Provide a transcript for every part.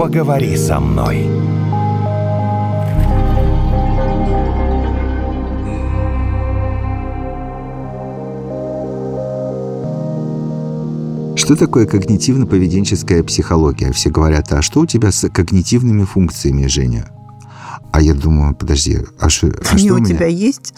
Поговори со мной. Что такое когнитивно-поведенческая психология? Все говорят, а что у тебя с когнитивными функциями, Женя? А я думаю, подожди, а что Они у у меня? тебя есть?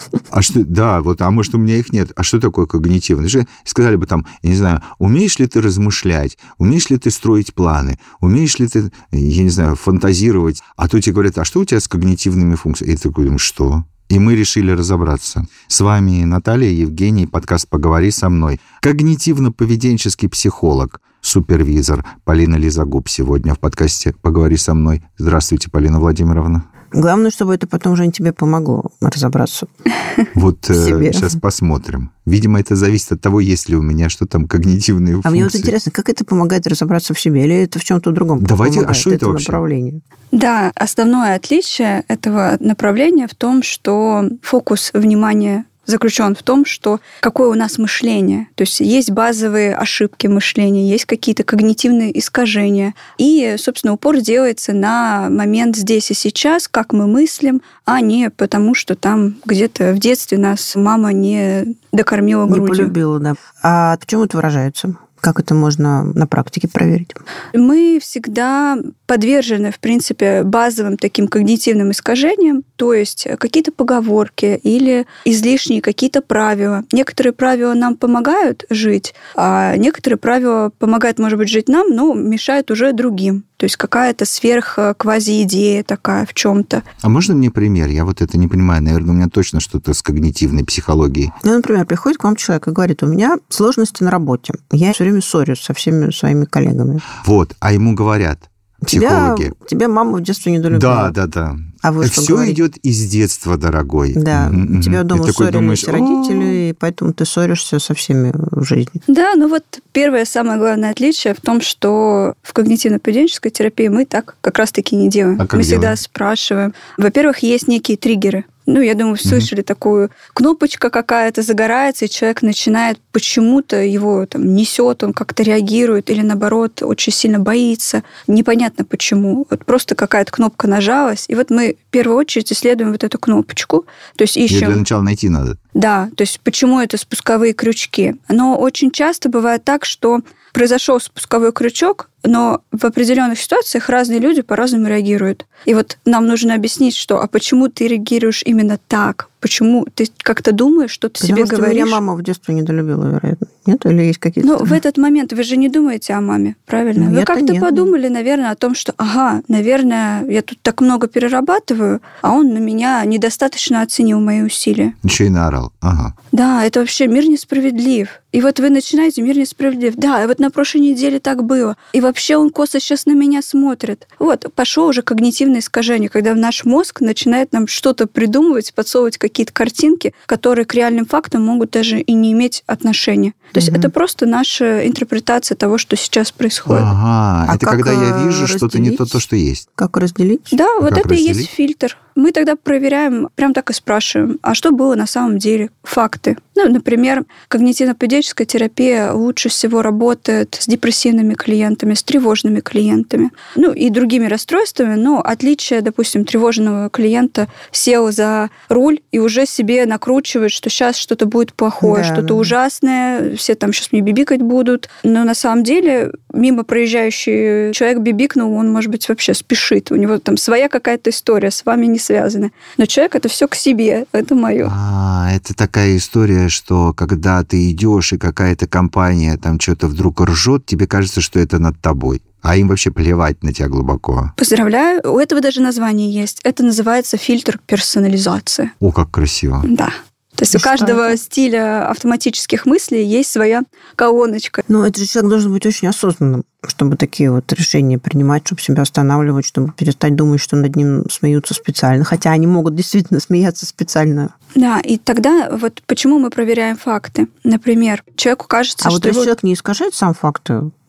А может, у меня их нет. А что такое когнитивно? Сказали бы там, я не знаю, умеешь ли ты размышлять, умеешь ли ты строить планы, умеешь ли ты, я не знаю, фантазировать. А то тебе говорят, а что у тебя с когнитивными функциями? И ты такой думаешь, что? И мы решили разобраться. С вами Наталья, Евгений, подкаст «Поговори со мной». Когнитивно-поведенческий психолог, супервизор Полина Лизагуб сегодня в подкасте «Поговори со мной». Здравствуйте, Полина Владимировна. Главное, чтобы это потом, Жень, тебе помогло разобраться. Вот сейчас посмотрим. Видимо, это зависит от того, есть ли у меня что там когнитивные функции. А мне вот интересно, как это помогает разобраться в себе? Или это в чем-то другом? Давайте, помогает? А что это вообще? Направление? Да, основное отличие этого направления в том, что фокус внимания заключен в том, что какое у нас мышление. То есть базовые ошибки мышления, есть какие-то когнитивные искажения. И, собственно, упор делается на момент здесь и сейчас, как мы мыслим, а не потому, что там где-то в детстве нас мама не докормила грудью. Не полюбила, да. А в чем это выражается? Как это можно на практике проверить? Мы всегда подвержены, в принципе, базовым таким когнитивным искажениям, то есть какие-то поговорки или излишние какие-то правила. Некоторые правила нам помогают жить, а некоторые правила помогают, может быть, жить нам, но мешают уже другим. То есть какая-то сверх-квази-идея такая в чем-то. А можно мне пример? Я вот это не понимаю. Наверное, у меня точно что-то с когнитивной психологией. Ну, например, приходит к вам человек и говорит, у меня сложности на работе. Я все время ссорюсь со всеми своими коллегами. Вот, а ему говорят психологи. Тебя мама в детстве не долюбила. Да. А вы что все говорите? идет из детства, дорогой. Да, у тебя дома ссорились думаешь, родители, и поэтому ты ссоришься со всеми в жизни. Да, ну вот первое, самое главное отличие в том, что в когнитивно-поведенческой терапии мы так как раз-таки не делаем. А как мы всегда делаем? спрашиваем. Во-первых, есть некие триггеры. Ну, я думаю, слышали такую кнопочка какая-то загорается, и человек начинает почему-то его там несет, он как-то реагирует, или наоборот, очень сильно боится. Непонятно почему. Вот просто какая-то кнопка нажалась, и вот мы в первую очередь исследуем вот эту кнопочку. То есть ищем... Её для начала найти надо. Да, то есть почему это спусковые крючки. Но очень часто бывает так, что произошел спусковой крючок, но в определенных ситуациях разные люди по-разному реагируют. И вот нам нужно объяснить, а почему ты реагируешь именно так? Почему ты как-то думаешь, что ты себе говоришь? Потому что меня мама в детстве недолюбила, вероятно. Нет? Или есть какие-то... Ну, в этот момент вы же не думаете о маме, правильно? Вы как-то подумали, наверное, о том, что, наверное, я тут так много перерабатываю, а он на меня недостаточно оценил мои усилия. Еще и наорал. Ага. Да, это вообще мир несправедлив. И вот вы начинаете, мир несправедлив. Да, и вот на прошлой неделе так было. И вообще он косо сейчас на меня смотрит. Вот, пошло уже когнитивное искажение, когда наш мозг начинает нам что-то придумывать, подсовывать какие-то картинки, которые к реальным фактам могут даже и не иметь отношения. То есть это просто наша интерпретация того, что сейчас происходит. Ага, это когда я вижу что-то не то, что есть. Как разделить? Да, вот это разделить? и есть фильтр. Мы тогда проверяем, прям так и спрашиваем, а что было на самом деле? Факты. Ну, например, когнитивно-поведенческая терапия лучше всего работает с депрессивными клиентами, с тревожными клиентами, ну и другими расстройствами, но отличие, допустим, тревожного клиента сел за руль и уже себе накручивает, что сейчас что-то будет плохое, что-то ужасное, все там сейчас мне бибикать будут. Но на самом деле мимо проезжающий человек бибикнул, он, может быть, вообще спешит. У него там своя какая-то история, с вами не связана. Но человек это все к себе, это мое. Это такая история, что когда ты идешь и какая-то компания там что-то вдруг ржет, тебе кажется, что это над тобой. А им вообще плевать на тебя глубоко. Поздравляю, у этого даже название есть. Это называется фильтр персонализации. О, как красиво. Да. То есть у каждого стиля автоматических мыслей есть своя колоночка. Ну, это же человек должен быть очень осознанным, чтобы такие вот решения принимать, чтобы себя останавливать, чтобы перестать думать, что над ним смеются специально. Хотя они могут действительно смеяться специально. Да, и тогда вот почему мы проверяем факты. Например, человеку кажется, что... что... А вот если человек не искажает сам факты,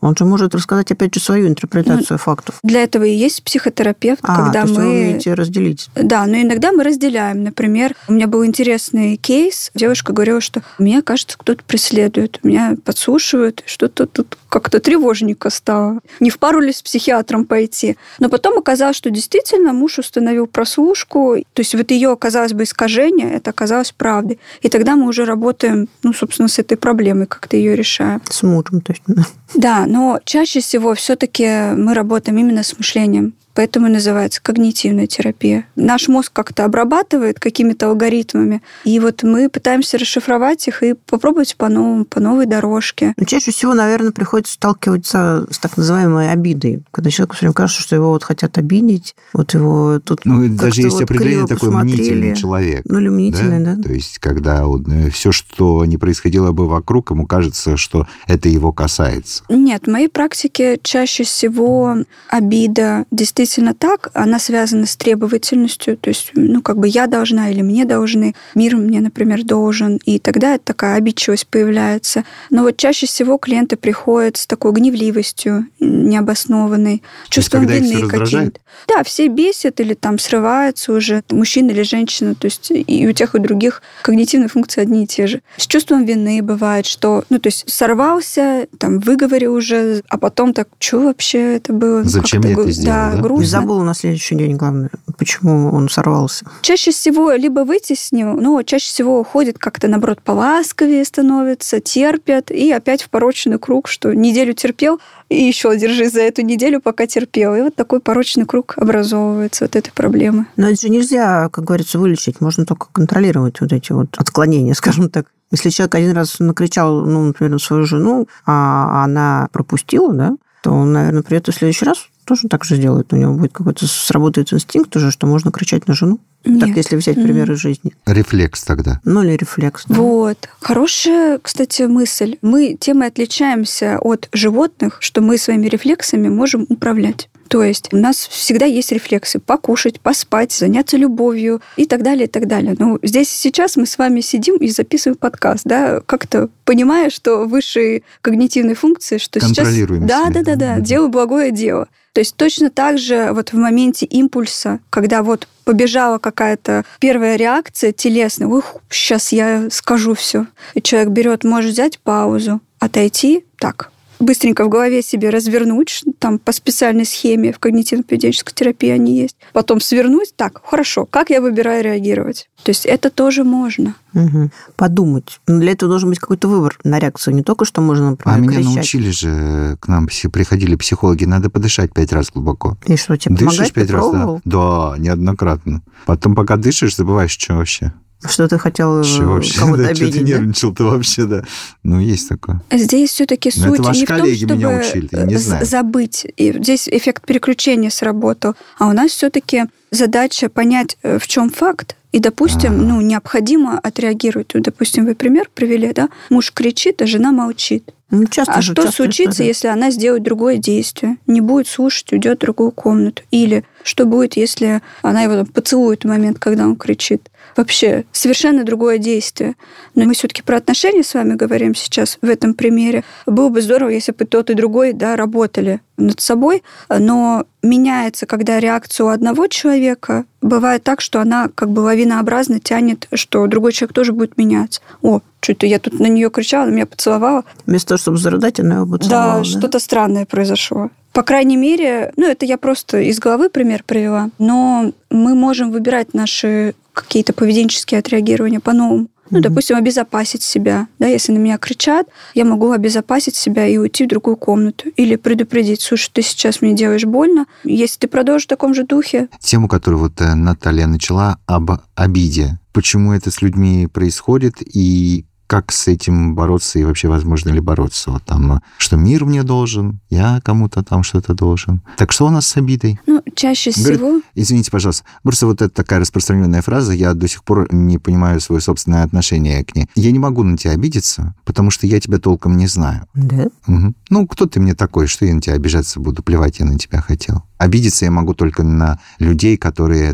Он же может рассказать, опять же, свою интерпретацию фактов. Для этого и есть психотерапевт, когда то есть мы... вы умеете разделить. Да, но иногда мы разделяем. Например, у меня был интересный кейс. Девушка говорила, что мне кажется, кто-то преследует, меня подслушивают, что-то тут как-то тревожненько стало. Не в пару ли с психиатром пойти? Но потом оказалось, что действительно муж установил прослушку. То есть вот ее, казалось бы, искажение, это оказалось правдой. И тогда мы уже работаем, собственно, с этой проблемой, как-то ее решаем. С мужем, точно. Да, но чаще всего все-таки мы работаем именно с мышлением. Поэтому и называется когнитивная терапия. Наш мозг как-то обрабатывает какими-то алгоритмами, и вот мы пытаемся расшифровать их и попробовать по-новому, по новой дорожке. Чаще всего, наверное, приходится сталкиваться с так называемой обидой, когда человеку все время кажется, что его вот хотят обидеть, вот его тут даже есть определение такой мнительный человек. Или мнительный, да? То есть, когда все, что не происходило бы вокруг, ему кажется, что это его касается. Нет, в моей практике чаще всего обида действительно так, она связана с требовательностью, то есть, я должна или мне должны, мир мне, например, должен, и тогда такая обидчивость появляется. Но вот чаще всего клиенты приходят с такой гневливостью необоснованной, чувством вины каким-то. Да, все бесят или там срываются уже, мужчина или женщина, то есть и у тех, и у других когнитивные функции одни и те же. С чувством вины бывает, что, то есть сорвался, там, выговорил уже, а потом так, что вообще это было? Зачем я это сделал, да? И забыл на следующий день, главное, почему он сорвался. Чаще всего либо вытеснил, но чаще всего уходит как-то, наоборот, поласковее становится, терпят, и опять в порочный круг, что неделю терпел, и еще держи за эту неделю, пока терпел. И вот такой порочный круг образовывается от этой проблемы. Но это же нельзя, как говорится, вылечить. Можно только контролировать вот эти вот отклонения, скажем так. Если человек один раз накричал, например, на свою жену, а она пропустила, да, то он, наверное, придет в следующий раз тоже так же сделает. У него будет какой-то сработает инстинкт уже, что можно кричать на жену. Нет. Так, если взять пример из жизни. Рефлекс тогда. Или рефлекс. Да. Вот. Хорошая, кстати, мысль. Мы тем и отличаемся от животных, что мы своими рефлексами можем управлять. То есть у нас всегда есть рефлексы: покушать, поспать, заняться любовью и так далее, и так далее. Здесь сейчас мы с вами сидим и записываем подкаст, да, как-то понимая, что высшие когнитивные функции, что контролируем сейчас... себя. Да, делаю благое дело. То есть точно так же вот в моменте импульса, когда вот побежала какая-то первая реакция телесная, сейчас я скажу все. И человек берет, может взять паузу, отойти, так, быстренько в голове себе развернуть, там по специальной схеме в когнитивно-поведенческой терапии они есть. Потом свернуть, так, хорошо, как я выбираю реагировать? То есть это тоже можно. Угу. Подумать. Но для этого должен быть какой-то выбор на реакцию. Не только, что можно, например, меня кричать. научили же, к нам приходили психологи, надо подышать 5 раз глубоко. И что, тебе помогает? Дышишь 5 раз, да? Да, неоднократно. Потом, пока дышишь, забываешь, что вообще. Что ты хотел кому-то обидеть, что ты нервничал-то вообще, да. Есть такое. Здесь все-таки суть не в том, чтобы меня учили, я не знаю. забыть. И здесь эффект переключения сработал. А у нас все-таки задача понять, в чем факт, и, допустим, необходимо отреагировать. Допустим, вы пример привели, да? Муж кричит, а жена молчит. Часто что случится, если она сделает другое действие? Не будет слушать, уйдет в другую комнату. Или что будет, если она его поцелует в момент, когда он кричит? Вообще совершенно другое действие. Но мы все-таки про отношения с вами говорим сейчас в этом примере. Было бы здорово, если бы тот и другой, да, работали над собой, но меняется, когда реакция у одного человека, бывает так, что она как бы лавинообразно тянет, что другой человек тоже будет меняться. Что-то я тут на нее кричала, она меня поцеловала. Вместо того, чтобы зарыдать, она его поцеловала. Да, что-то странное произошло. По крайней мере, это я просто из головы пример привела, но мы можем выбирать наши какие-то поведенческие отреагирования по-новому. Допустим, обезопасить себя. Да, если на меня кричат, я могу обезопасить себя и уйти в другую комнату. Или предупредить: слушай, ты сейчас мне делаешь больно. Если ты продолжишь в таком же духе... Тему, которую Наталья начала, об обиде. Почему это с людьми происходит и как с этим бороться, и вообще возможно ли бороться? Что мир мне должен, я кому-то там что-то должен. Так что у нас с обидой? Чаще всего... Извините, пожалуйста. Просто это такая распространенная фраза, я до сих пор не понимаю свое собственное отношение к ней. Я не могу на тебя обидеться, потому что я тебя толком не знаю. Да? Угу. Кто ты мне такой, что я на тебя обижаться буду? Плевать я на тебя хотел. Обидеться я могу только на людей, которые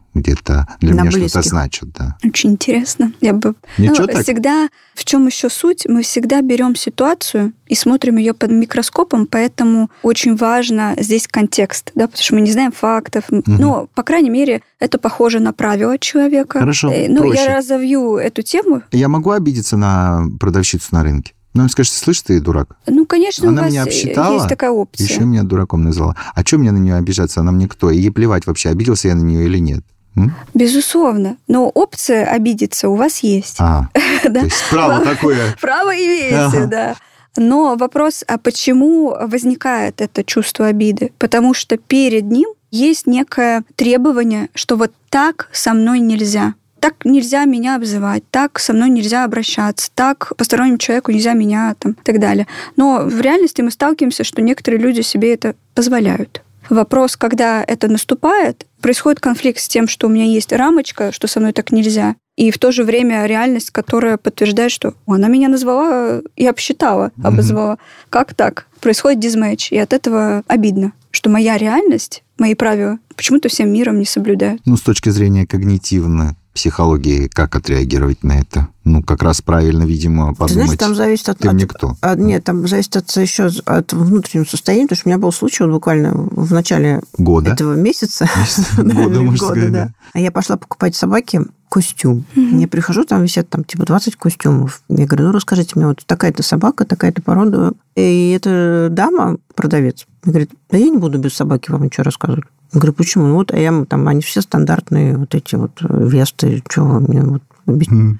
где-то для На меня близких. что-то значат. Да. Очень интересно. Я бы... Ничего так? Всегда... В чем еще суть? Мы всегда берем ситуацию и смотрим ее под микроскопом, поэтому очень важно здесь контекст, да, потому что мы не знаем фактов. Но, по крайней мере, это похоже на правила человека. Хорошо, Ну, проще. я разовью эту тему. Я могу обидеться на продавщицу на рынке? Ну, скажешь, слышь, ты дурак. Ну, конечно, Она у вас меня обсчитала, есть такая опция. Еще меня дураком назвала. А что мне на нее обижаться? Она мне кто? И ей плевать вообще, обиделся я на нее или нет. Безусловно. Но опция обидеться у вас есть. То есть право такое. Право имеете, да. Но вопрос, а почему возникает это чувство обиды? Потому что перед ним есть некое требование, что вот так со мной нельзя. Так нельзя меня обзывать, так со мной нельзя обращаться, так постороннему человеку нельзя меня там, и так далее. Но в реальности мы сталкиваемся, что некоторые люди себе это позволяют. Вопрос, когда это наступает, происходит конфликт с тем, что у меня есть рамочка, что со мной так нельзя, и в то же время реальность, которая подтверждает, что она меня назвала и обсчитала, обозвала. Как так? Происходит дизмэч, и от этого обидно, что моя реальность, мои правила почему-то всем миром не соблюдают. Ну, с точки зрения когнитивной психологии, как отреагировать на это? Ну, как раз правильно, видимо, подумать. Ты знаешь, там зависит от... Ты мне кто? Нет, там зависит еще от внутреннего состояния, потому что у меня был случай вот буквально в начале года этого месяца. Года, можно сказать, да. А я пошла покупать собаке костюм. Я прихожу, там висят там типа 20 костюмов. Я говорю, ну, расскажите мне, вот такая-то собака, такая-то порода. И эта дама, продавец, говорит, да я не буду без собаки вам ничего рассказывать. Я говорю, почему? Ну, вот, там они все стандартные, вот эти вот весты, что вы мне вот объясните?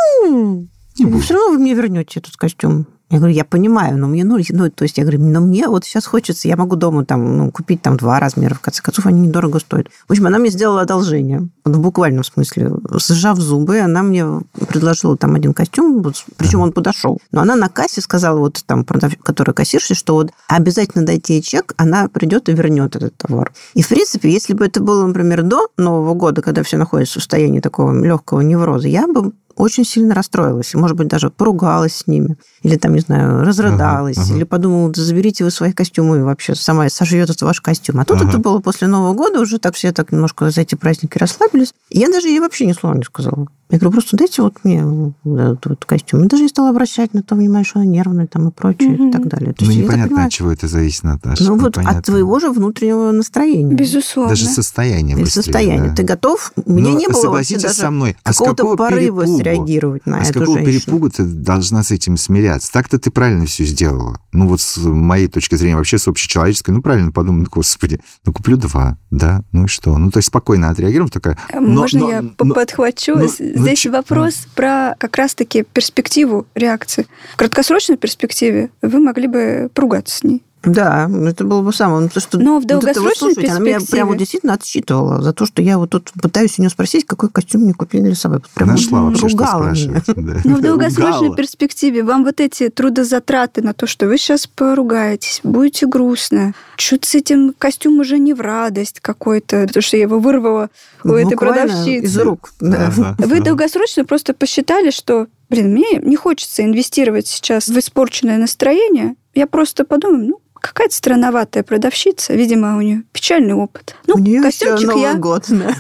Все равно вы мне вернете этот костюм. Я говорю, я понимаю, но мне, то есть я говорю, но мне вот сейчас хочется, я могу дома там, купить там 2 размера, в конце концов, они недорого стоят. В общем, она мне сделала одолжение, в буквальном смысле. Сжав зубы, она мне предложила там один костюм, причем он подошел. Но она на кассе сказала, вот там, которая кассирша, что вот обязательно дайте ей чек, она придет и вернет этот товар. И, в принципе, если бы это было, например, до Нового года, когда все находятся в состоянии такого легкого невроза, я бы очень сильно расстроилась, и, может быть, даже поругалась с ними, или там, не знаю, разрыдалась, или подумала, да заберите вы свои костюмы, и вообще сама сожрет этот ваш костюм. А тут это было после Нового года, уже так все так немножко за эти праздники расслабились. И я даже ей вообще ни слова не сказала. Я говорю, просто дайте вот мне этот костюм. Я даже не стала обращать на то внимание, что она нервная там и прочее, и так далее. То Ну, есть, непонятно, от чего это зависит, Наташа. Ну, вот от твоего же внутреннего настроения. Безусловно. Даже состояния. Или состояние. Да. Ты готов? У меня не было согласитесь даже со мной. какого-то порыва среагировать на эту женщину. С какого перепугу ты должна с этим смиряться? Так-то ты правильно все сделала. Ну, вот с моей точки зрения, вообще с общечеловеческой, правильно подумала, господи, куплю 2, да, ну и что? Ну, то есть спокойно отреагировала, такая... Можно я подхвачу? Здесь вопрос про как раз-таки перспективу реакции. В краткосрочной перспективе вы могли бы поругаться с ней. Да, это было бы самое. Но в долгосрочной перспективе... Она меня прямо действительно отсчитывала за то, что я вот тут пытаюсь у нее спросить, какой костюм мне купили для собой. Прямо нашла вообще, ругала что спрашивать. Но в долгосрочной перспективе вам вот эти трудозатраты на то, что вы сейчас поругаетесь, будете грустно, что-то с этим костюм уже не в радость какой-то, потому что я его вырвала у этой продавщицы. Из рук. Да. Вы долгосрочно просто посчитали, что, мне не хочется инвестировать сейчас в испорченное настроение. Я просто подумаю, какая-то странноватая продавщица, видимо, у нее печальный опыт. У нее костюмчик Новый год, да.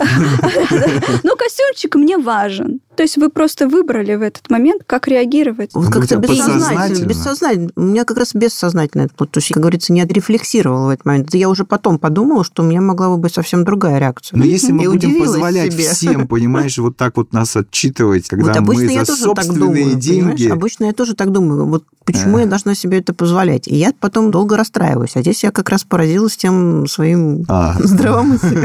Костюмчик мне важен. То есть вы просто выбрали в этот момент, как реагировать. Вот как-то бессознательно. У меня как раз бессознательно. То есть, как говорится, не отрефлексировала в этот момент. Я уже потом подумала, что у меня могла бы быть совсем другая реакция. Но если мы будем позволять всем, понимаешь, вот так вот нас отчитывать, когда мы за собственные деньги... Обычно я тоже так думаю. Вот почему я должна себе это позволять? И я потом долго расстраиваюсь. А здесь я как раз поразилась тем своим здравомыслием.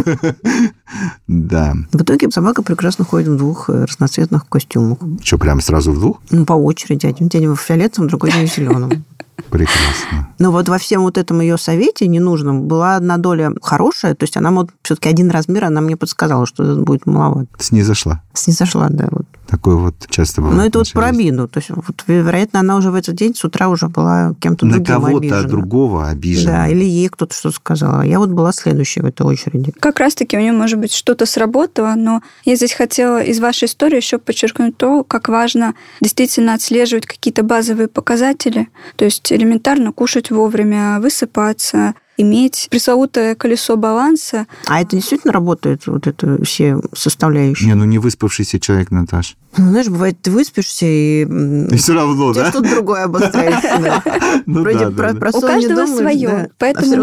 Да. В итоге собака прекрасно ходит в 2 разноцветных костюмах. Что, прям сразу в 2? По очереди. Один день в фиолетовом, другой день в зеленом. Прекрасно. Но вот во всем вот этом ее совете ненужном была одна доля хорошая, то есть она вот все-таки 1 размер, она мне подсказала, что это будет маловато. Снизошла. Снизошла, да. Вот. Такое вот часто бывает. Но это вот про обиду. То есть, вот, вероятно, она уже в этот день с утра уже была кем-то другим обижена. На кого-то другого обижена. Да, или ей кто-то что-то сказал. Я вот была следующей в этой очереди. Как раз-таки у нее, может быть, что-то сработало, но я здесь хотела из вашей истории еще подчеркнуть то, как важно действительно отслеживать какие-то базовые показатели, то есть элементарно кушать вовремя, высыпаться, иметь пресловутое колесо баланса. А это действительно работает, вот это все составляющие? Не выспавшийся человек, Наташ. Ну, знаешь, бывает, ты выспишься, и все равно, да? Что-то другое обостряется. Вроде про у каждого свое, поэтому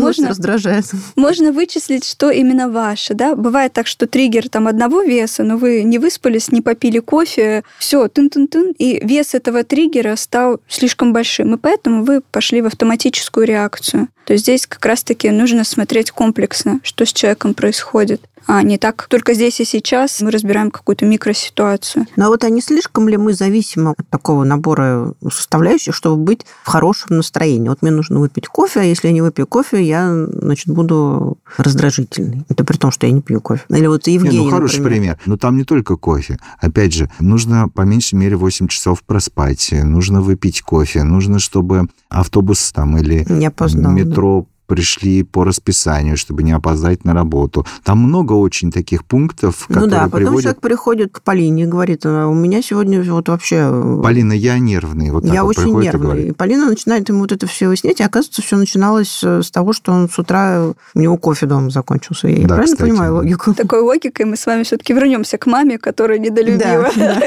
можно вычислить, что именно ваше. Да? Бывает так, что триггер одного веса, но вы не выспались, не попили кофе, все, тын-тын-тын, и вес этого триггера стал слишком большим, и поэтому вы пошли в автоматическую реакцию. То есть здесь как раз-таки нужно смотреть комплексно, что с человеком происходит. А не так только здесь и сейчас мы разбираем какую-то микроситуацию. Ну а вот не слишком ли мы зависимы от такого набора составляющих, чтобы быть в хорошем настроении? Вот мне нужно выпить кофе, а если я не выпью кофе, я, буду раздражительной. Это при том, что я не пью кофе. Или вот Евгений, хороший например. пример. Но там не только кофе. Опять же, нужно по меньшей мере 8 часов проспать, нужно выпить кофе, нужно, чтобы автобус или метро пришли по расписанию, чтобы не опоздать на работу. Там много очень таких пунктов, которые потом человек приходит к Полине и говорит, у меня сегодня вообще... Полина, я нервный. Я очень нервный. И Полина начинает ему это все выяснять, и оказывается, все начиналось с того, что он с утра, у него кофе дома закончился. Я правильно понимаю логику? Такой логикой мы с вами все-таки вернемся к маме, которая недолюбила.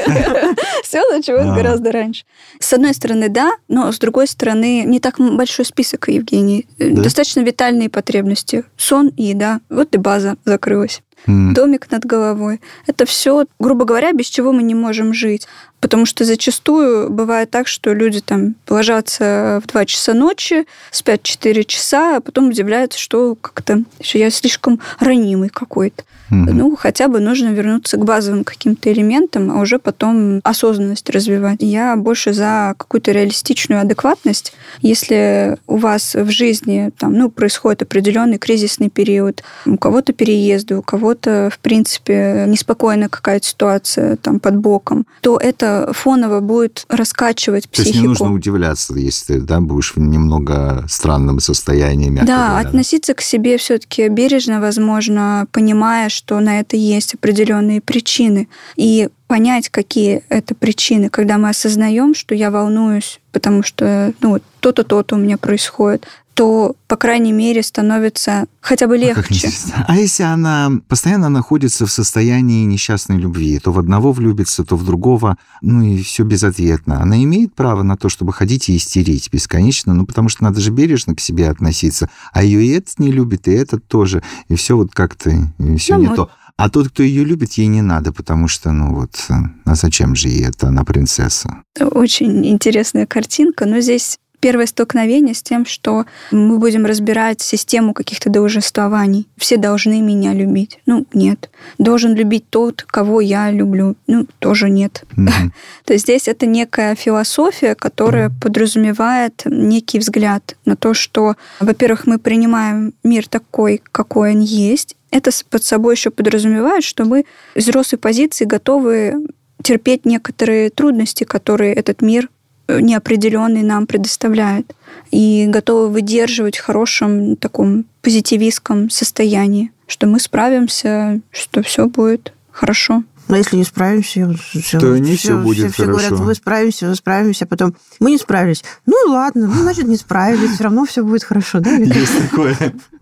Все началось гораздо раньше. С одной стороны, да, но с другой стороны, не так большой список, Евгений. Достаточно витальные потребности. Сон и еда. Вот и база закрылась. Домик над головой. Это все, грубо говоря, без чего мы не можем жить. Потому что зачастую бывает так, что люди ложатся в 2 часа ночи, спят 4 часа, а потом удивляются, что как-то я слишком ранимый какой-то. Хотя бы нужно вернуться к базовым каким-то элементам, а уже потом осознанность развивать. Я больше за какую-то реалистичную адекватность. Если у вас в жизни происходит определенный кризисный период, у кого-то переезды, у кого-то, в принципе, неспокойная какая-то ситуация под боком, то это фоново будет раскачивать психику. То есть не нужно удивляться, если ты будешь в немного странном состоянии, мягко говоря. Относиться к себе все-таки бережно, возможно, понимая, что на это есть определенные причины. И понять, какие это причины, когда мы осознаем, что я волнуюсь, потому что то-то, то-то у меня происходит, то, по крайней мере, становится хотя бы легче. А если она постоянно находится в состоянии несчастной любви, то в одного влюбится, то в другого, и все безответно, она имеет право на то, чтобы ходить и истерить бесконечно, потому что надо же бережно к себе относиться, а ее и этот не любит, и этот тоже, и все как-то, и все не то. А тот, кто ее любит, ей не надо, потому что, а зачем же ей это, она принцесса? Очень интересная картинка, но здесь первое столкновение с тем, что мы будем разбирать систему каких-то долженствований. Все должны меня любить. Нет. Должен любить тот, кого я люблю. Тоже нет. То есть здесь это некая философия, которая подразумевает некий взгляд на то, что, во-первых, мы принимаем мир такой, какой он есть. Это под собой еще подразумевает, что мы из взрослой позиции готовы терпеть некоторые трудности, которые этот мир неопределенный нам предоставляет, и готовы выдерживать в хорошем таком позитивистском состоянии, что мы справимся, что все будет хорошо. Но если не справимся, то не все будет все хорошо. Говорят, вы справимся, а потом мы не справились. Ладно, значит, не справились, все равно все будет хорошо, да? Есть такое.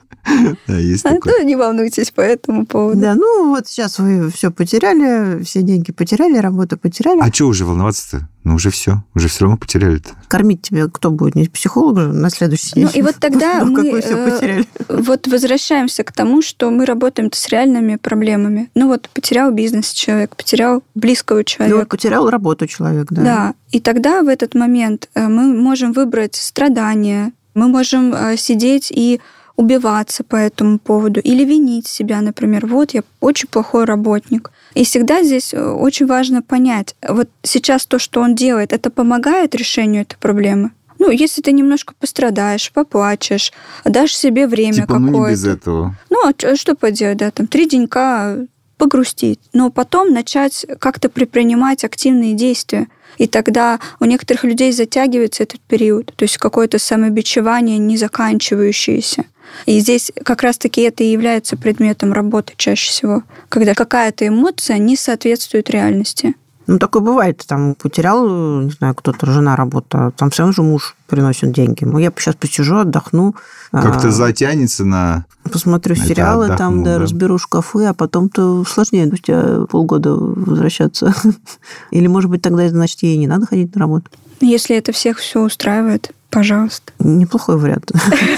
Да, есть такое. Не волнуйтесь по этому поводу. Да, сейчас вы все потеряли, все деньги потеряли, работу потеряли. А что уже волноваться-то? Уже все равно потеряли-то. Кормить тебя кто будет? Не психолог же на следующий день? И вот тогда мы все потеряли. Возвращаемся к тому, что мы работаем с реальными проблемами. Потерял бизнес человек, потерял близкого человека. Потерял работу человек, да. Да, и тогда в этот момент мы можем выбрать страдания, мы можем сидеть и убиваться по этому поводу или винить себя, например, я очень плохой работник. И всегда здесь очень важно понять, сейчас то, что он делает, это помогает решению этой проблемы? Если ты немножко пострадаешь, поплачешь, дашь себе время какое-то. не без этого. А что поделать, 3 денька погрустить, но потом начать как-то предпринимать активные действия. И тогда у некоторых людей затягивается этот период, то есть какое-то самобичевание не заканчивающееся. И здесь как раз-таки это и является предметом работы чаще всего, когда какая-то эмоция не соответствует реальности. Ну, такое бывает. Там потерял, не знаю, кто-то, жена работа, там все равно же муж приносит деньги. Ну, я сейчас посижу, отдохну. Как-то затянется на... Посмотрю сериалы, там, да, разберу шкафы, а потом-то сложнее спустя полгода возвращаться. Или, может быть, тогда, значит, ей не надо ходить на работу. Если это всех все устраивает, пожалуйста. Неплохой вариант.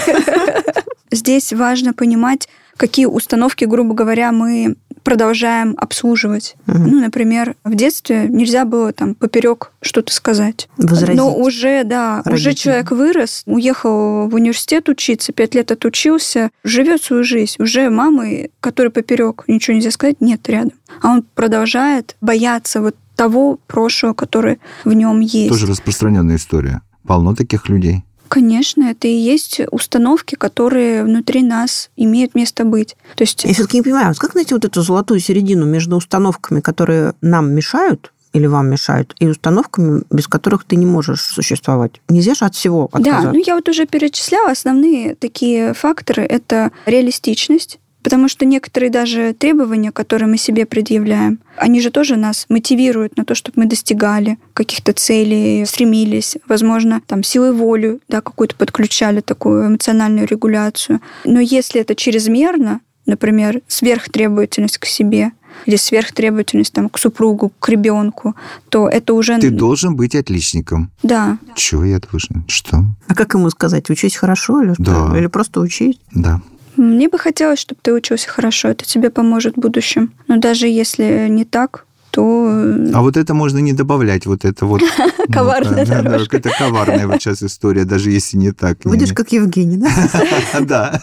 Здесь важно понимать, какие установки, грубо говоря, мы продолжаем обслуживать. Ну, например, в детстве нельзя было там поперек что-то сказать. Возразить. Но уже, да, уже человек вырос, уехал в университет учиться, 5 лет отучился, живет свою жизнь. Уже мамы, которой поперек ничего нельзя сказать, нет рядом. А он продолжает бояться вот того прошлого, которое в нем есть. Тоже распространенная история. Полно таких людей. Конечно, это и есть установки, которые внутри нас имеют место быть. То есть... Я все-таки не понимаю, как найти вот эту золотую середину между установками, которые нам мешают или вам мешают, и установками, без которых ты не можешь существовать? Нельзя же от всего отказаться. Да, ну я вот уже перечисляла. Основные такие факторы – это реалистичность, потому что некоторые даже требования, которые мы себе предъявляем, они же тоже нас мотивируют на то, чтобы мы достигали каких-то целей, стремились, возможно, там, силой воли, да, какую-то подключали такую эмоциональную регуляцию. Но если это чрезмерно, например, сверхтребовательность к себе или сверхтребовательность там, к супругу, к ребенку, то это уже... Ты должен быть отличником. Да. Чего я должен? Что? А как ему сказать? Учись хорошо или что? Да. Или просто учись? Да. Мне бы хотелось, чтобы ты учился хорошо. Это тебе поможет в будущем. Но даже если не так, то... А вот это можно не добавлять. Вот это вот... Коварная дорожка. Это коварная вот сейчас история, даже если не так. Будешь как Евгений, да?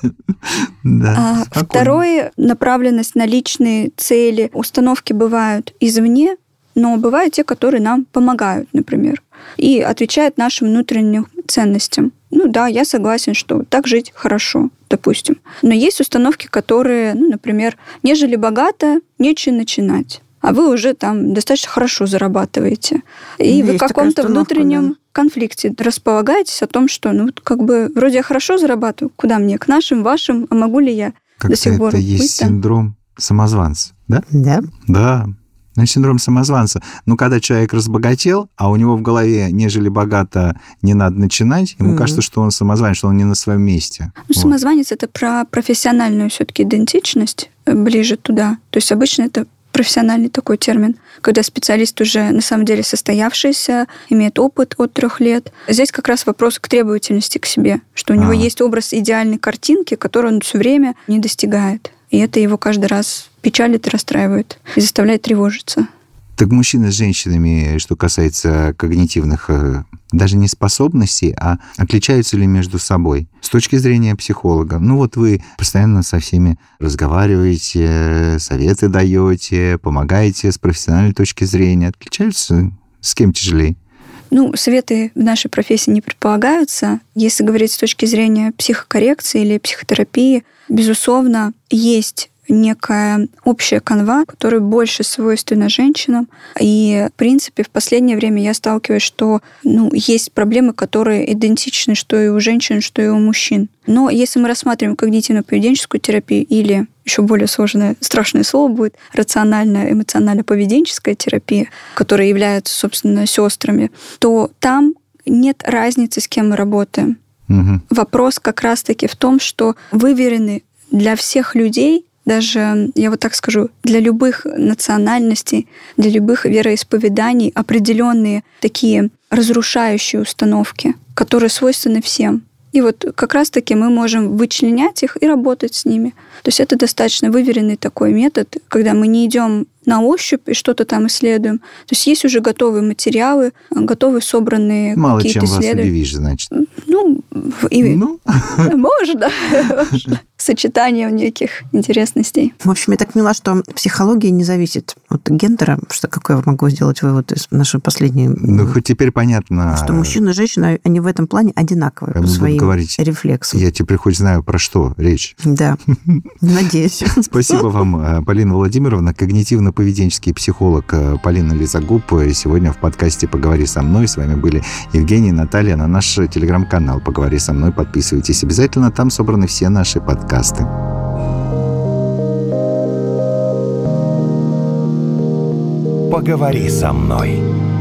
Да. Второе, направленность на личные цели. Установки бывают извне, но бывают те, которые нам помогают, например, и отвечают нашим внутренним ценностям. Ну да, я согласен, что так жить хорошо, допустим. Но есть установки, которые, ну, например, нежели богато, нечего начинать. А вы уже там достаточно хорошо зарабатываете. И вы в каком-то внутреннем конфликте располагаетесь о том, что, ну, как бы, вроде я хорошо зарабатываю, куда мне? К нашим, вашим, а могу ли я до сих пор быть там? Это есть синдром самозванца, да? Да. Да. Ну, синдром самозванца. Ну, когда человек разбогател, а у него в голове, нежели богато, не надо начинать, ему кажется, что он самозванец, что он не на своем месте. Ну, самозванец – это про профессиональную все-таки идентичность, ближе туда. То есть обычно это профессиональный такой термин, когда специалист уже на самом деле состоявшийся, имеет опыт от 3 лет. Здесь как раз вопрос к требовательности к себе, что у него есть образ идеальной картинки, которую он все время не достигает. И это его каждый раз печалит и расстраивает, и заставляет тревожиться. Так мужчины с женщинами, что касается когнитивных, даже не способностей, а отличаются ли между собой? С точки зрения психолога. Ну вот вы постоянно со всеми разговариваете, советы даете, помогаете с профессиональной точки зрения. Отличаются? С кем тяжелее? Ну, советы в нашей профессии не предполагаются. Если говорить с точки зрения психокоррекции или психотерапии, безусловно, есть некая общая канва, которая больше свойственна женщинам. И, в принципе, в последнее время я сталкиваюсь, что есть проблемы, которые идентичны что и у женщин, что и у мужчин. Но если мы рассматриваем когнитивно-поведенческую терапию или еще более сложное, страшное слово будет, рациональная, эмоционально-поведенческая терапия, которые являются, собственно, сестрами, то там нет разницы, с кем мы работаем. Угу. Вопрос как раз-таки в том, что выверены для всех людей, даже, я вот так скажу, для любых национальностей, для любых вероисповеданий определенные такие разрушающие установки, которые свойственны всем. И вот как раз-таки мы можем вычленять их и работать с ними. То есть это достаточно выверенный такой метод, когда мы не идем на ощупь и что-то там исследуем. То есть есть уже готовые материалы, готовые собранные мало какие-то исследования. Мало чем вас удивишь, значит. Можно. Сочетание неких интересностей. В общем, я так поняла, что психология не зависит от гендера. Что какой я могу сделать вывод из нашей последней... Ну, хоть теперь понятно. Что мужчина и женщина, они в этом плане одинаковые по своим рефлексам. Я теперь хоть знаю, про что речь. Да, надеюсь. Спасибо вам, Полина Владимировна, когнитивно-поведенческий психолог Полина Лизагуб. Сегодня в подкасте «Поговори со мной». С вами были Евгений и Наталья. На наш телеграм-канал «Поговори со мной» подписывайтесь обязательно. Там собраны все наши подкасты. «Поговори со мной».